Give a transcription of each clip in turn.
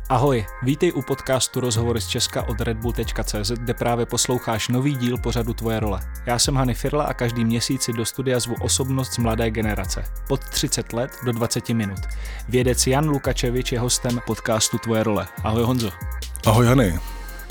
Ahoj, vítej u podcastu Rozhovory z Česka od redbull.cz, kde právě posloucháš nový díl pořadu Tvoje role. Já jsem Hany Firla a každý měsíc si do studia zvu osobnost z mladé generace. Od 30 let do 20 minut. Vědec Jan Lukačevič je hostem podcastu Tvoje role. Ahoj Honzo. Ahoj Hany.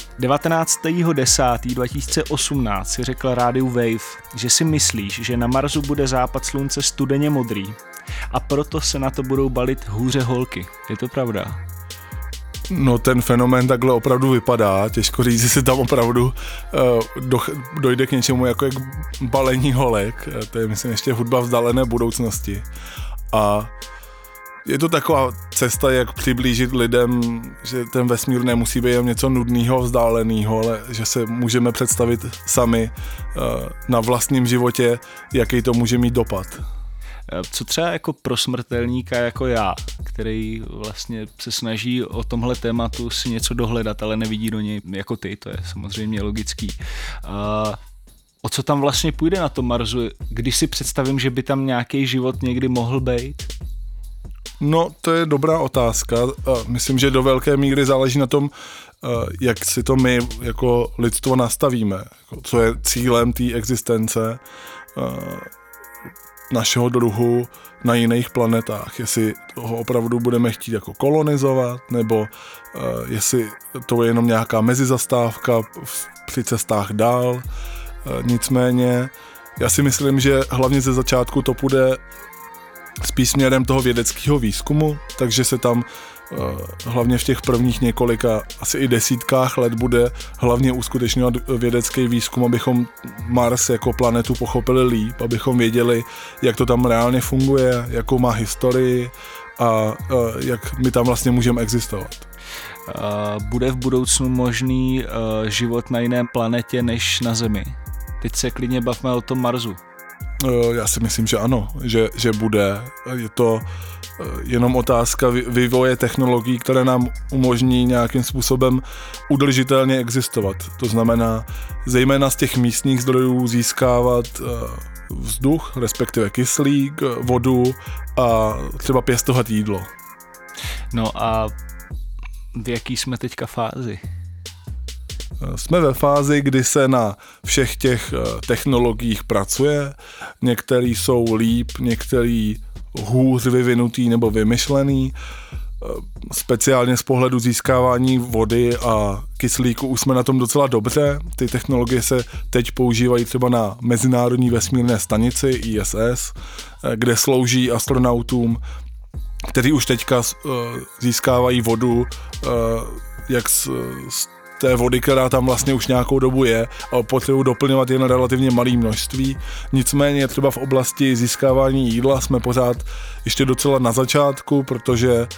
19.10.2018 si řekl rádiu Wave, že si myslíš, že na Marsu bude západ slunce studeně modrý a proto se na to budou balit hůře holky. Je to pravda? No ten fenomén takhle opravdu vypadá, těžko říct, jestli tam opravdu dojde k něčemu jako k balení holek, to je myslím ještě hudba vzdálené budoucnosti a je to taková cesta, jak přiblížit lidem, že ten vesmír nemusí být jen něco nudného, vzdáleného, ale že se můžeme představit sami na vlastním životě, jaký to může mít dopad. Co třeba jako pro smrtelníka jako já, který vlastně se snaží o tomhle tématu si něco dohledat, ale nevidí do něj jako ty, to je samozřejmě logický. O co tam vlastně půjde na tom Marsu, když si představím, že by tam nějaký život někdy mohl být? No, to je dobrá otázka. Myslím, že do velké míry záleží na tom, jak si to my jako lidstvo nastavíme, co je cílem té existence našeho druhu na jiných planetách, jestli toho opravdu budeme chtít jako kolonizovat, nebo jestli to je jenom nějaká mezizastávka při cestách dál. Nicméně já si myslím, že hlavně ze začátku to půjde spíš směrem toho vědeckého výzkumu, takže se tam hlavně v těch prvních několika, asi i desítkách let bude hlavně uskutečňovat vědecký výzkum, abychom Mars jako planetu pochopili líp, abychom věděli, jak to tam reálně funguje, jakou má historii a jak my tam vlastně můžeme existovat. Bude v budoucnu možný život na jiném planetě než na Zemi? Teď se klidně bavme o tom Marsu. Já si myslím, že ano, že bude. Je to jenom otázka vývoje technologií, které nám umožní nějakým způsobem udržitelně existovat. To znamená zejména z těch místních zdrojů získávat vzduch, respektive kyslík, vodu a třeba pěstovat jídlo. No a v jaký jsme teďka fázi? Jsme ve fázi, kdy se na všech těch technologiích pracuje. Některý jsou líp, některý hůř vyvinutý nebo vymyšlený. Speciálně z pohledu získávání vody a kyslíku už jsme na tom docela dobře. Ty technologie se teď používají třeba na Mezinárodní vesmírné stanici ISS, kde slouží astronautům, kteří už teďka získávají vodu jak z té vody, která tam vlastně už nějakou dobu je a potřebují doplňovat jen relativně malé množství. Nicméně třeba v oblasti získávání jídla jsme pořád ještě docela na začátku, protože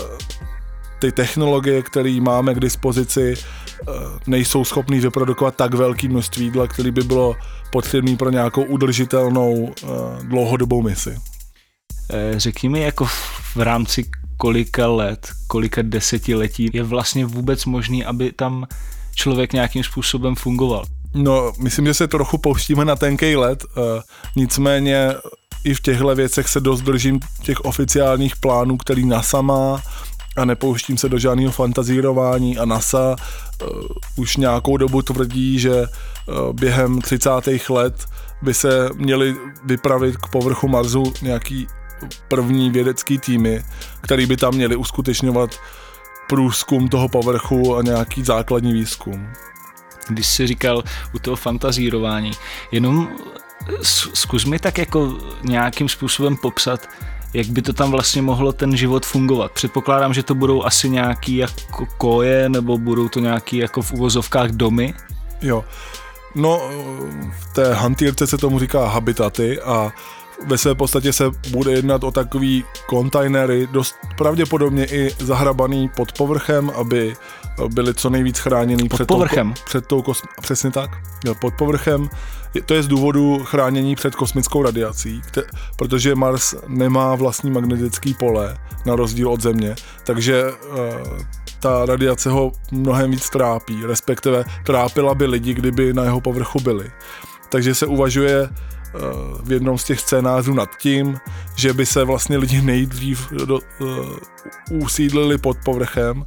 ty technologie, které máme k dispozici, nejsou schopný vyprodukovat tak velké množství jídla, které by bylo potřebné pro nějakou udržitelnou dlouhodobou misi. Řekni mi, jako v rámci kolika let, kolika desetiletí je vlastně vůbec možný, aby tam člověk nějakým způsobem fungoval? No, myslím, že se trochu pouštíme na tenkej led, nicméně i v těchto věcech se dost držím těch oficiálních plánů, který NASA má a nepouštím se do žádného fantazírování a NASA už nějakou dobu tvrdí, že během 30. let by se měli vypravit k povrchu Marsu nějaký první vědecký týmy, který by tam měli uskutečňovat průzkum toho povrchu a nějaký základní výzkum. Když jsi říkal u toho fantazírování, jenom zkus mi tak jako nějakým způsobem popsat, jak by to tam vlastně mohlo ten život fungovat. Předpokládám, že to budou asi nějaký jako koje, nebo budou to nějaký jako v uvozovkách domy? Jo, no v té hantýrce se tomu říká habitaty a ve své podstatě se bude jednat o takový kontejnery, dost pravděpodobně i zahrabaný pod povrchem, aby byly co nejvíc chráněný pod povrchem. Přesně tak, pod povrchem. To je z důvodu chránění před kosmickou radiací, protože Mars nemá vlastní magnetický pole, na rozdíl od Země, takže ta radiace ho mnohem víc trápí, respektive trápila by lidi, kdyby na jeho povrchu byli. Takže se uvažuje v jednom z těch scénářů nad tím, že by se vlastně lidi nejdřív usídlili pod povrchem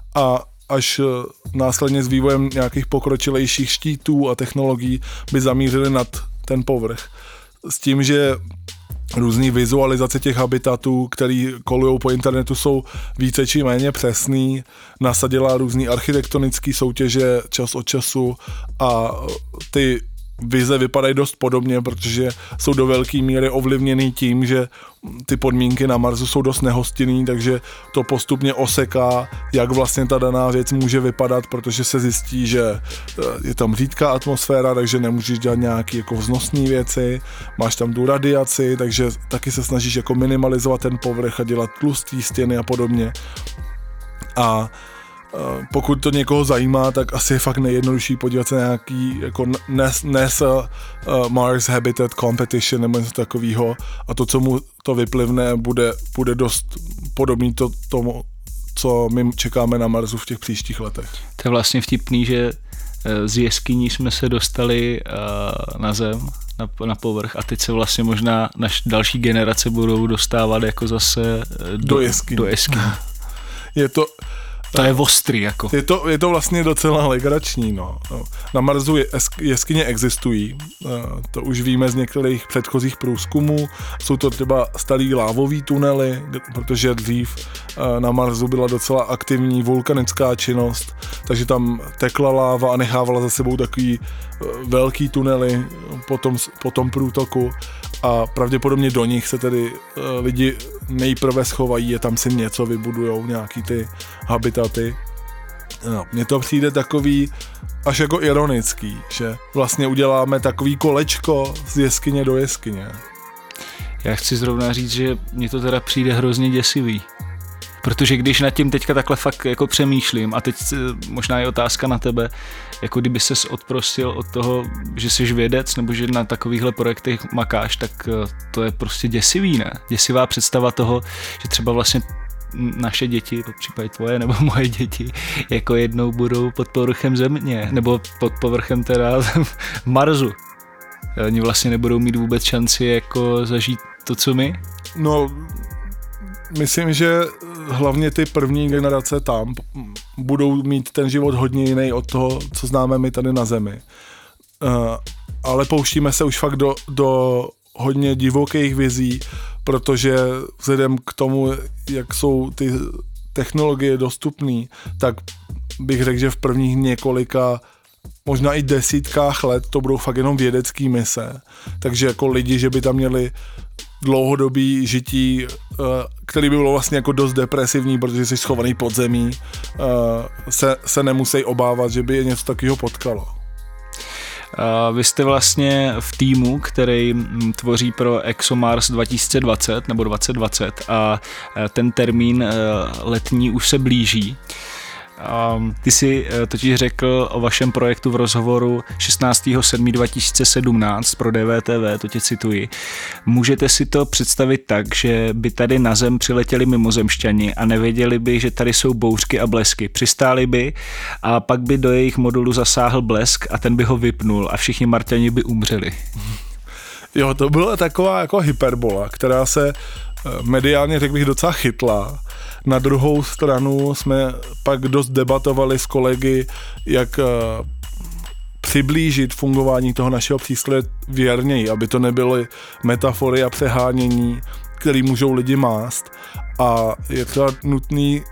a až následně s vývojem nějakých pokročilejších štítů a technologií by zamířili nad ten povrch. S tím, že různý vizualizace těch habitatů, který kolujou po internetu, jsou více či méně přesný, nasadila různý architektonické soutěže čas od času a ty vize vypadají dost podobně, protože jsou do velké míry ovlivněný tím, že ty podmínky na Marsu jsou dost nehostinný, takže to postupně oseká, jak vlastně ta daná věc může vypadat, protože se zjistí, že je tam řídká atmosféra, takže nemůžeš dělat nějaké jako vznosné věci, máš tam tu radiaci, takže taky se snažíš jako minimalizovat ten povrch a dělat tlustý stěny a podobně. A pokud to někoho zajímá, tak asi je fakt nejjednodušší podívat se na nějaký jako NASA Mars Habitat Competition nebo něco takového a to, co mu to vyplivne, bude dost podobný tomu, co my čekáme na Marsu v těch příštích letech. To je vlastně vtipný, že z jeskyní jsme se dostali na Zem, na povrch a teď se vlastně možná naše další generace budou dostávat jako zase do jeskyní. To je ostrý, jako. Je to vlastně docela legrační, no. Na Marsu jeskyně existují, to už víme z některých předchozích průzkumů, jsou to třeba starý lávový tunely, protože dřív na Marsu byla docela aktivní vulkanická činnost, takže tam tekla láva a nechávala za sebou takový velký tunely po tom průtoku a pravděpodobně do nich se tedy lidi nejprve schovají a tam si něco vybudujou, nějaký ty habitaty. No, mně to přijde takový až jako ironický, že vlastně uděláme takový kolečko z jeskyně do jeskyně. Já chci zrovna říct, že mně to teda přijde hrozně děsivý. Protože když nad tím teďka takhle fakt jako přemýšlím a teď možná je otázka na tebe, jako kdyby ses odprostil od toho, že jsi vědec nebo že na takovýchhle projektech makáš, tak to je prostě děsivý, ne? Děsivá představa toho, že třeba vlastně naše děti, po případě tvoje nebo moje děti, jako jednou budou pod povrchem Země, nebo pod povrchem teda Marsu. Oni vlastně nebudou mít vůbec šanci jako zažít to, co my? No, myslím, že hlavně ty první generace tam budou mít ten život hodně jiný od toho, co známe my tady na Zemi. Ale pouštíme se už fakt do hodně divokých vizí, protože vzhledem k tomu, jak jsou ty technologie dostupné, tak bych řekl, že v prvních několika, možná i desítkách let to budou fakt jenom vědecký mise. Takže jako lidi, že by tam měli dlouhodobý žití, který by bylo vlastně jako dost depresivní, protože jsi schovaný pod zemí, se nemusí obávat, že by je něco takového potkalo. Vy jste vlastně v týmu, který tvoří pro ExoMars 2020 nebo 2020 a ten termín letní už se blíží. Ty jsi totiž řekl o vašem projektu v rozhovoru 16.7.2017 pro DVTV, to tě cituji. Můžete si to představit tak, že by tady na Zem přiletěli mimozemšťani a nevěděli by, že tady jsou bouřky a blesky. Přistáli by a pak by do jejich modulu zasáhl blesk a ten by ho vypnul a všichni Marťani by umřeli. Jo, to byla taková jako hyperbola, která se mediálně, řekl bych, docela chytla. Na druhou stranu jsme pak dost debatovali s kolegy, jak přiblížit fungování toho našeho přístroje věrněji, aby to nebyly metafory a přehánění, které můžou lidi mást. A je třeba nutný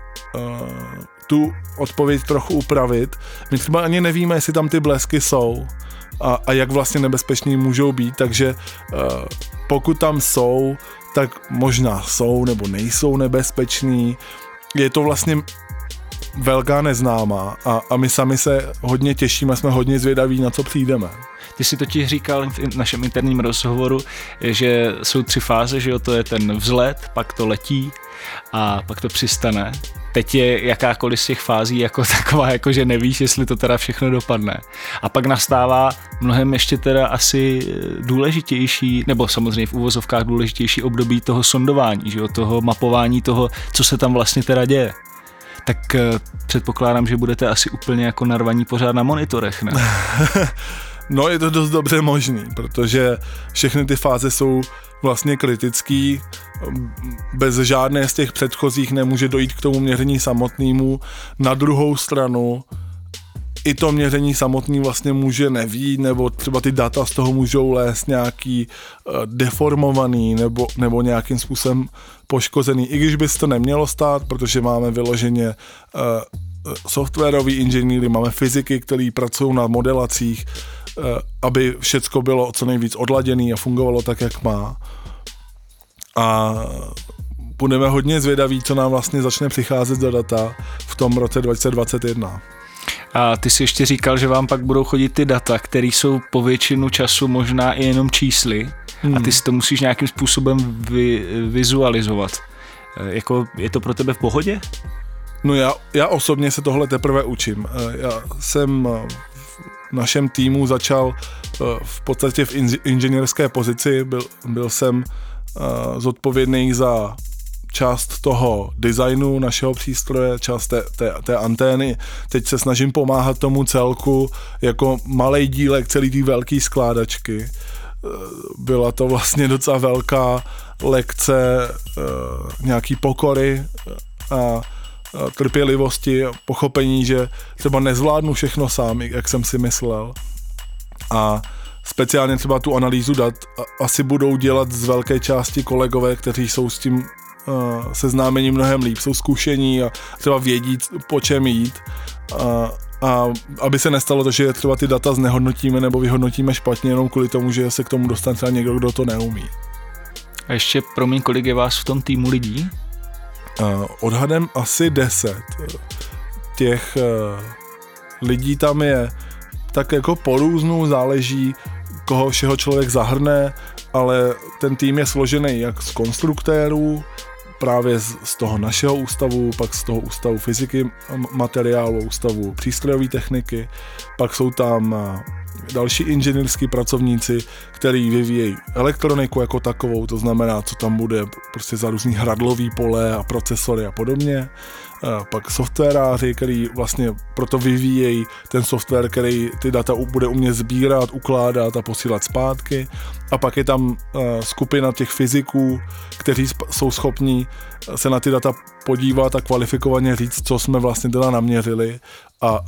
tu odpověď trochu upravit. My třeba ani nevíme, jestli tam ty blesky jsou a jak vlastně nebezpeční můžou být, takže pokud tam jsou, tak možná jsou nebo nejsou nebezpeční. Je to vlastně velká neznámá a my sami se hodně těšíme, jsme hodně zvědaví, na co přijdeme. Ty si totiž říkal v našem interním rozhovoru, že jsou 3 fáze, že jo, to je ten vzlet, pak to letí a pak to přistane. Teď je jakákoliv z těch fází jako taková, jako že nevíš, jestli to teda všechno dopadne. A pak nastává mnohem ještě teda asi důležitější, nebo samozřejmě v uvozovkách důležitější období toho sondování, že jo, toho mapování toho, co se tam vlastně teda děje. Tak předpokládám, že budete asi úplně jako narvaní pořád na monitorech, ne? No, je to dost dobře možný, protože všechny ty fáze jsou vlastně kritický. Bez žádné z těch předchozích nemůže dojít k tomu měření samotnému. Na druhou stranu i to měření samotný vlastně může nevít, nebo třeba ty data z toho můžou lézt nějaký deformovaný nebo nějakým způsobem poškozený. I když by se to nemělo stát, protože máme vyloženě softwaroví inženýry, máme fyziky, kteří pracují na modelacích, aby všecko bylo co nejvíc odladěné a fungovalo tak, jak má. A budeme hodně zvědaví, co nám vlastně začne přicházet do data v tom roce 2021. A ty si ještě říkal, že vám pak budou chodit ty data, které jsou po většinu času možná i jenom čísly a ty si to musíš nějakým způsobem vizualizovat. Jako, je to pro tebe v pohodě? No já osobně se tohle teprve učím. Já jsem v našem týmu začal v podstatě v inženýrské pozici, byl jsem zodpovědný za část toho designu našeho přístroje, část té antény. Teď se snažím pomáhat tomu celku jako malej dílek celý té velké skládačky. Byla to vlastně docela velká lekce nějaký pokory a trpělivosti, pochopení, že třeba nezvládnu všechno sám, jak jsem si myslel. A speciálně třeba tu analýzu dat asi budou dělat z velké části kolegové, kteří jsou s tím seznámení mnohem líp, jsou zkušení a třeba vědí, po čem jít. A aby se nestalo to, že třeba ty data znehodnotíme nebo vyhodnotíme špatně jenom kvůli tomu, že se k tomu dostane třeba někdo, kdo to neumí. A ještě, promiň, kolik je vás v tom týmu lidí? Odhadem asi 10. Těch lidí tam je tak jako po různu, záleží, koho všeho člověk zahrne, ale ten tým je složený jak z konstruktérů, právě z toho našeho ústavu, pak z toho ústavu fyziky materiálu, ústavu přístrojové techniky, pak jsou tam další inženýrský pracovníci, který vyvíjejí elektroniku jako takovou, to znamená, co tam bude prostě za různý hradlový pole a procesory a podobně. Pak softwaráři, který vlastně proto vyvíjejí ten software, který ty data bude umět sbírat, ukládat a posílat zpátky. A pak je tam skupina těch fyziků, kteří jsou schopní se na ty data podívat a kvalifikovaně říct, co jsme vlastně teda naměřili a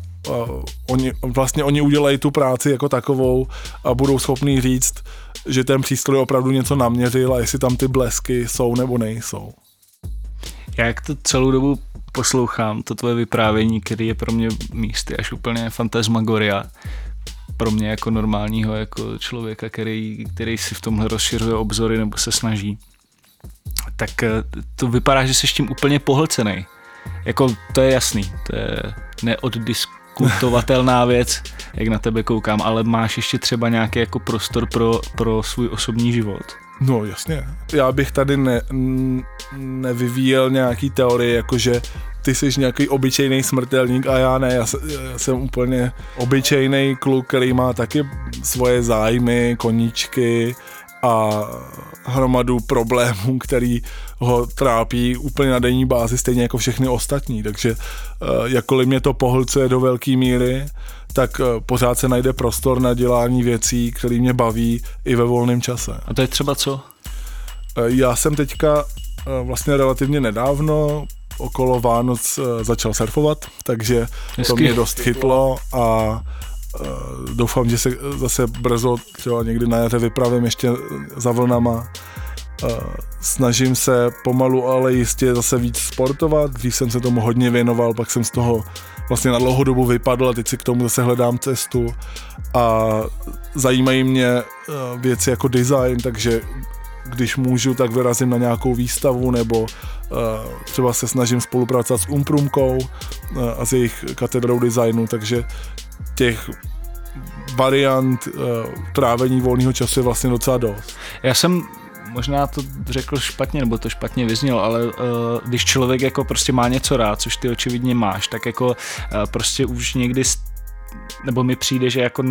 oni udělají tu práci jako takovou a budou schopní říct, že ten přístroj opravdu něco naměřil a jestli tam ty blesky jsou nebo nejsou. Já jak to celou dobu poslouchám, to tvoje vyprávění, který je pro mě místy až úplně fantasmagoria, pro mě jako normálního jako člověka, který si v tomhle rozšiřuje obzory nebo se snaží, tak to vypadá, že jsi tím úplně pohlcenej. Jako to je jasný, to je neoddiskutovatelná věc, jak na tebe koukám, ale máš ještě třeba nějaký jako prostor pro svůj osobní život? No jasně. Já bych tady nevyvíjel nějaký teorie, jakože ty jsi nějaký obyčejný smrtelník a já ne, já jsem úplně obyčejný kluk, který má taky svoje zájmy, koníčky a hromadu problémů, který ho trápí úplně na denní bázi, stejně jako všechny ostatní, takže jakkoliv mě to pohlcuje do velké míry, tak pořád se najde prostor na dělání věcí, které mě baví i ve volném čase. A to je třeba co? Já jsem teďka vlastně relativně nedávno okolo Vánoc začal surfovat, takže to mě dost chytlo a doufám, že se zase brzo třeba někdy na jaře vypravím ještě za vlnama. Snažím se pomalu, ale jistě zase víc sportovat. Dřív jsem se tomu hodně věnoval, pak jsem z toho vlastně na dlouhou dobu vypadl a teď si k tomu zase hledám cestu a zajímají mě věci jako design, takže když můžu, tak vyrazím na nějakou výstavu nebo třeba se snažím spolupracovat s Umprumkou a s jejich katedrou designu, takže těch variant trávení volného času je vlastně docela dost. Já jsem možná to řekl špatně, nebo to špatně vyznělo, ale když člověk jako prostě má něco rád, což ty očividně máš, tak jako prostě už někdy, nebo mi přijde, že jako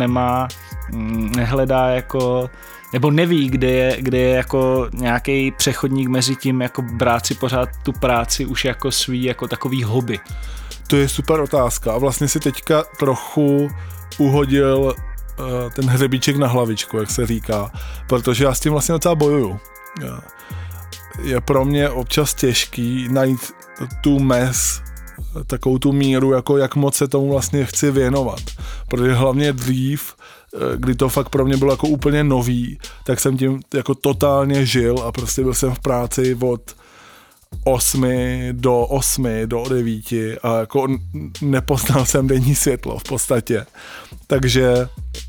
nehledá jako, nebo neví, kde je jako nějaký přechodník mezi tím, jako brát si pořád tu práci už jako svý, jako takový hobby. To je super otázka a vlastně si teďka trochu uhodil ten hřebíček na hlavičku, jak se říká, protože já s tím vlastně docela bojuju. Je pro mě občas těžký najít tu mez, takovou tu míru, jako jak moc se tomu vlastně chci věnovat. Protože hlavně dřív, kdy to fakt pro mě bylo jako úplně nový, tak jsem tím jako totálně žil a prostě byl jsem v práci od 8 do 9 a jako nepoznal jsem denní světlo v podstatě. Takže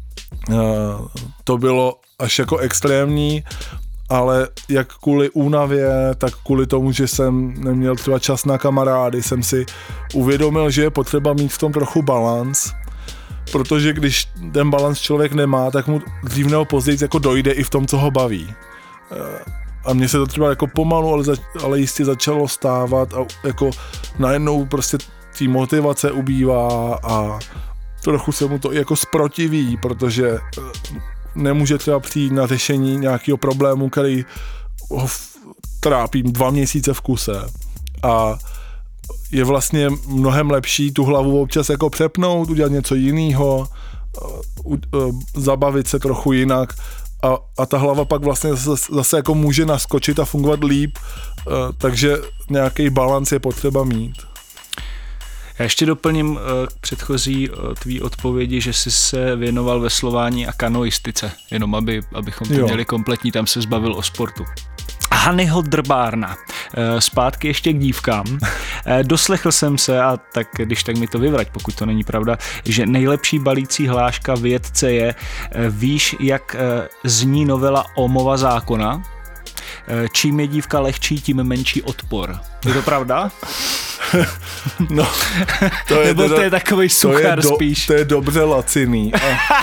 to bylo až jako extrémní, ale jak kvůli únavě, tak kvůli tomu, že jsem neměl třeba čas na kamarády, jsem si uvědomil, že je potřeba mít v tom trochu balans, protože když ten balans člověk nemá, tak mu dřív nebo později jako dojde i v tom, co ho baví. A mně se to třeba jako pomalu, ale jistě začalo stávat a jako najednou prostě tý motivace ubývá a trochu se mu to jako zprotiví, protože nemůže třeba přijít na řešení nějakého problému, který ho trápí 2 měsíce v kuse. A je vlastně mnohem lepší tu hlavu občas jako přepnout, udělat něco jiného, zabavit se trochu jinak a ta hlava pak vlastně zase jako může naskočit a fungovat líp, takže nějaký balans je potřeba mít. Já ještě doplním k předchozí tvý odpovědi, že jsi se věnoval veslování a kanoistice, jenom abychom to měli kompletní, tam se zbavil o sportu. Hanyho Drbárna. Zpátky ještě k dívkám. Doslechl jsem se, a tak když tak mi to vyvrať, pokud to není pravda, že nejlepší balící hláška vědce je, víš, jak zní novela Ohmova zákona? Čím je dívka lehčí, tím menší odpor. Je to pravda? No, to je, nebo to je takovej suchar spíš. To je dobře laciný.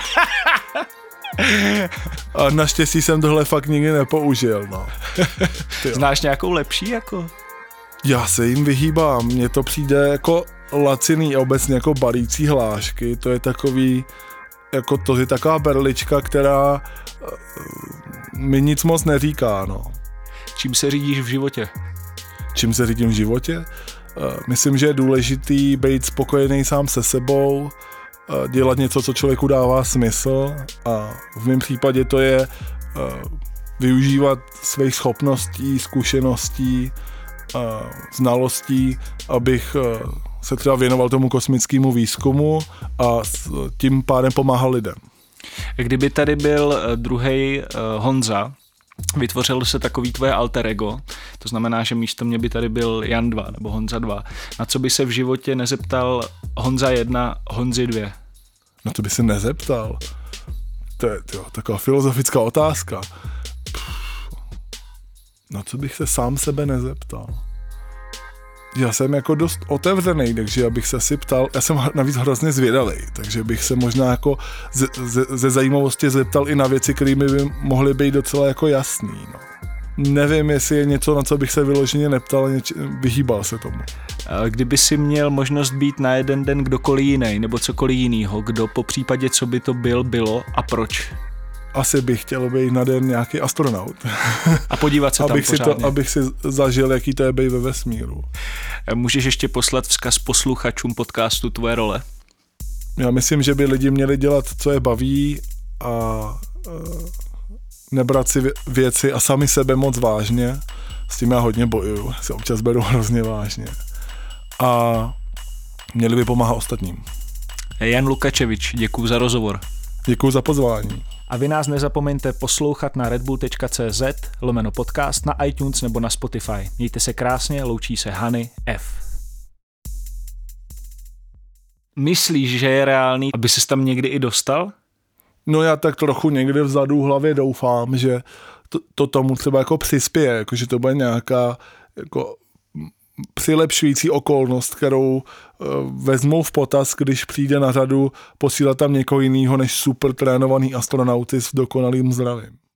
A naštěstí jsem tohle fakt nikdy nepoužil, no. Znáš nějakou lepší jako? Já se jim vyhýbám, mně to přijde jako laciný a obecně jako balící hlášky, to je takový, jako to je taková berlička, která mi nic moc neříká, no. Čím se řídíš v životě? Čím se řídím v životě? Myslím, že je důležitý být spokojený sám se sebou, dělat něco, co člověku dává smysl a v mém případě to je využívat svých schopností, zkušeností, znalostí, abych se třeba věnoval tomu kosmickému výzkumu a tím pádem pomáhal lidem. Kdyby tady byl druhej Honza, vytvořilo se takový tvoje alter ego, to znamená, že místo mě by tady byl Jan 2 nebo Honza 2. Na co by se v životě nezeptal Honza 1, Honzi 2? Na to by se nezeptal. To je taková filozofická otázka. Na co bych se sám sebe nezeptal? Já jsem jako dost otevřený, takže abych se si ptal, já jsem navíc hrozně zvědavý, takže bych se možná jako ze zajímavosti zeptal i na věci, které by mohly být docela jako jasný, no. Nevím, jestli je něco, na co bych se vyloženě neptal, vyhýbal se tomu. Kdyby si měl možnost být na jeden den kdokoliv jiný, nebo cokoliv jinýho, kdo po případě, co by to bylo a proč? Asi bych chtěl být na den nějaký astronaut. A podívat se tam pořádně. Abych si zažil, jaký to je být ve vesmíru. Můžeš ještě poslat vzkaz posluchačům podcastu Tvoje role? Já myslím, že by lidi měli dělat, co je baví a nebrat si věci a sami sebe moc vážně. S tím já hodně bojuju, se občas beru hrozně vážně. A měli by pomáhat ostatním. Jan Lukačevič, děkuju za rozhovor. Děkuju za pozvání. A vy nás nezapomeňte poslouchat na redbull.cz/podcast na iTunes nebo na Spotify. Mějte se krásně, loučí se Hany F. Myslíš, že je reálný, aby ses tam někdy i dostal? No já tak trochu někde vzadu v hlavě doufám, že to tomu třeba jako přispěje, jako že to bude nějaká jako přilepšující okolnost, kterou vezmou v potaz, když přijde na řadu posílat tam někoho jiného než super trénovaný astronauty s dokonalým zdravím.